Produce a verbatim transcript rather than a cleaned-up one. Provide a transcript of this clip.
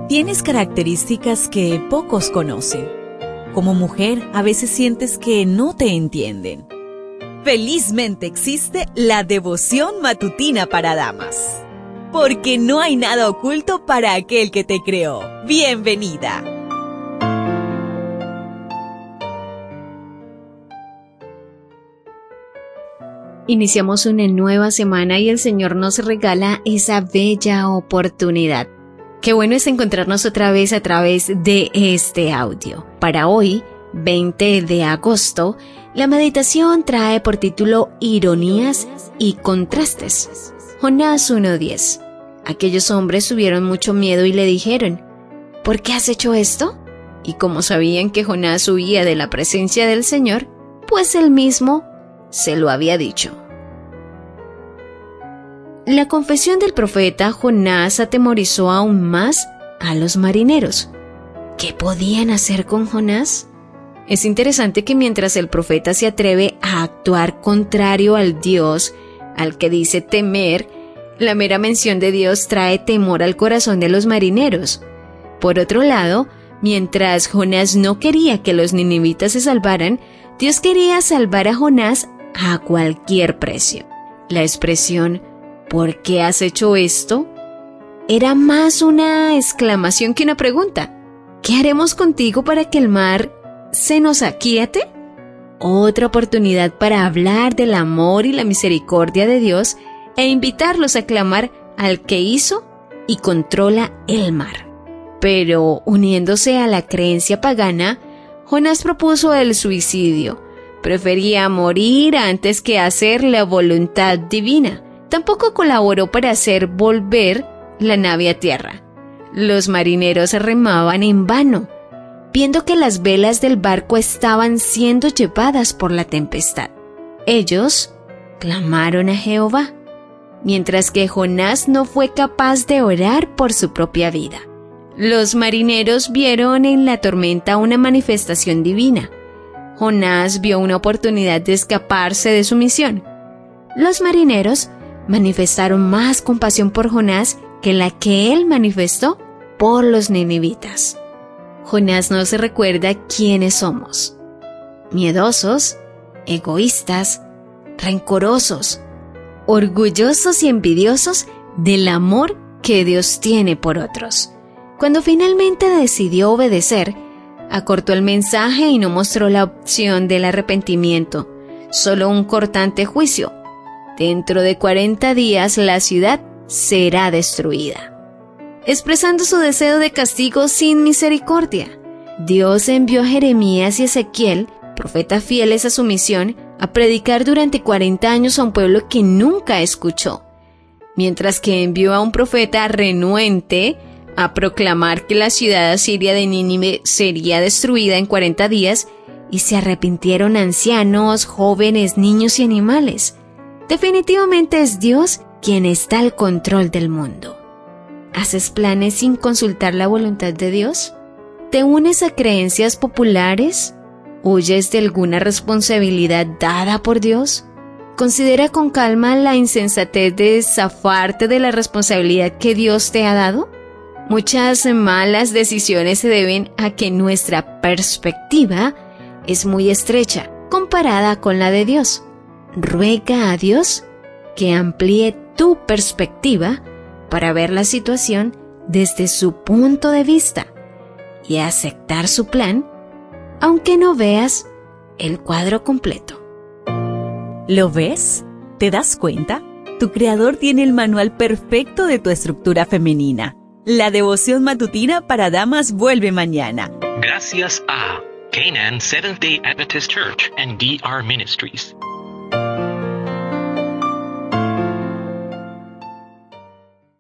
Tienes características que pocos conocen. Como mujer, a veces sientes que no te entienden. Felizmente existe la devoción matutina para damas. Porque no hay nada oculto para aquel que te creó. ¡Bienvenida! Iniciamos una nueva semana y el Señor nos regala esa bella oportunidad. Qué bueno es encontrarnos otra vez a través de este audio. Para hoy, veinte de agosto, la meditación trae por título Ironías y Contrastes. Jonás uno diez. Aquellos hombres tuvieron mucho miedo y le dijeron, ¿por qué has hecho esto? Y como sabían que Jonás huía de la presencia del Señor, pues él mismo se lo había dicho. La confesión del profeta Jonás atemorizó aún más a los marineros. ¿Qué podían hacer con Jonás? Es interesante que mientras el profeta se atreve a actuar contrario al Dios al que dice temer, la mera mención de Dios trae temor al corazón de los marineros. Por otro lado, mientras Jonás no quería que los ninivitas se salvaran, Dios quería salvar a Jonás a cualquier precio. La expresión ¿por qué has hecho esto? Era más una exclamación que una pregunta. ¿Qué haremos contigo para que el mar se nos aquiete? Otra oportunidad para hablar del amor y la misericordia de Dios e invitarlos a clamar al que hizo y controla el mar. Pero, uniéndose a la creencia pagana, Jonás propuso el suicidio. Prefería morir antes que hacer la voluntad divina. Tampoco colaboró para hacer volver la nave a tierra. Los marineros remaban en vano, viendo que las velas del barco estaban siendo llevadas por la tempestad. Ellos clamaron a Jehová, mientras que Jonás no fue capaz de orar por su propia vida. Los marineros vieron en la tormenta una manifestación divina. Jonás vio una oportunidad de escaparse de su misión. Los marineros manifestaron más compasión por Jonás que la que él manifestó por los ninivitas. Jonás nos recuerda quiénes somos: miedosos, egoístas, rencorosos, orgullosos y envidiosos del amor que Dios tiene por otros. Cuando finalmente decidió obedecer, acortó el mensaje y no mostró la opción del arrepentimiento, solo un cortante juicio. Dentro de cuarenta días la ciudad será destruida. Expresando su deseo de castigo sin misericordia, Dios envió a Jeremías y Ezequiel, profetas fieles a su misión, a predicar durante cuarenta años a un pueblo que nunca escuchó, mientras que envió a un profeta renuente a proclamar que la ciudad asiria de Nínive sería destruida en cuarenta días, y se arrepintieron ancianos, jóvenes, niños y animales. Definitivamente es Dios quien está al control del mundo. ¿Haces planes sin consultar la voluntad de Dios? ¿Te unes a creencias populares? ¿Huyes de alguna responsabilidad dada por Dios? Considera con calma la insensatez de zafarte de la responsabilidad que Dios te ha dado. Muchas malas decisiones se deben a que nuestra perspectiva es muy estrecha comparada con la de Dios. Ruega a Dios que amplíe tu perspectiva para ver la situación desde su punto de vista y aceptar su plan, aunque no veas el cuadro completo. ¿Lo ves? ¿Te das cuenta? Tu creador tiene el manual perfecto de tu estructura femenina. La devoción matutina para damas vuelve mañana. Gracias a Canaan Seventh-day Adventist Church and D R Ministries.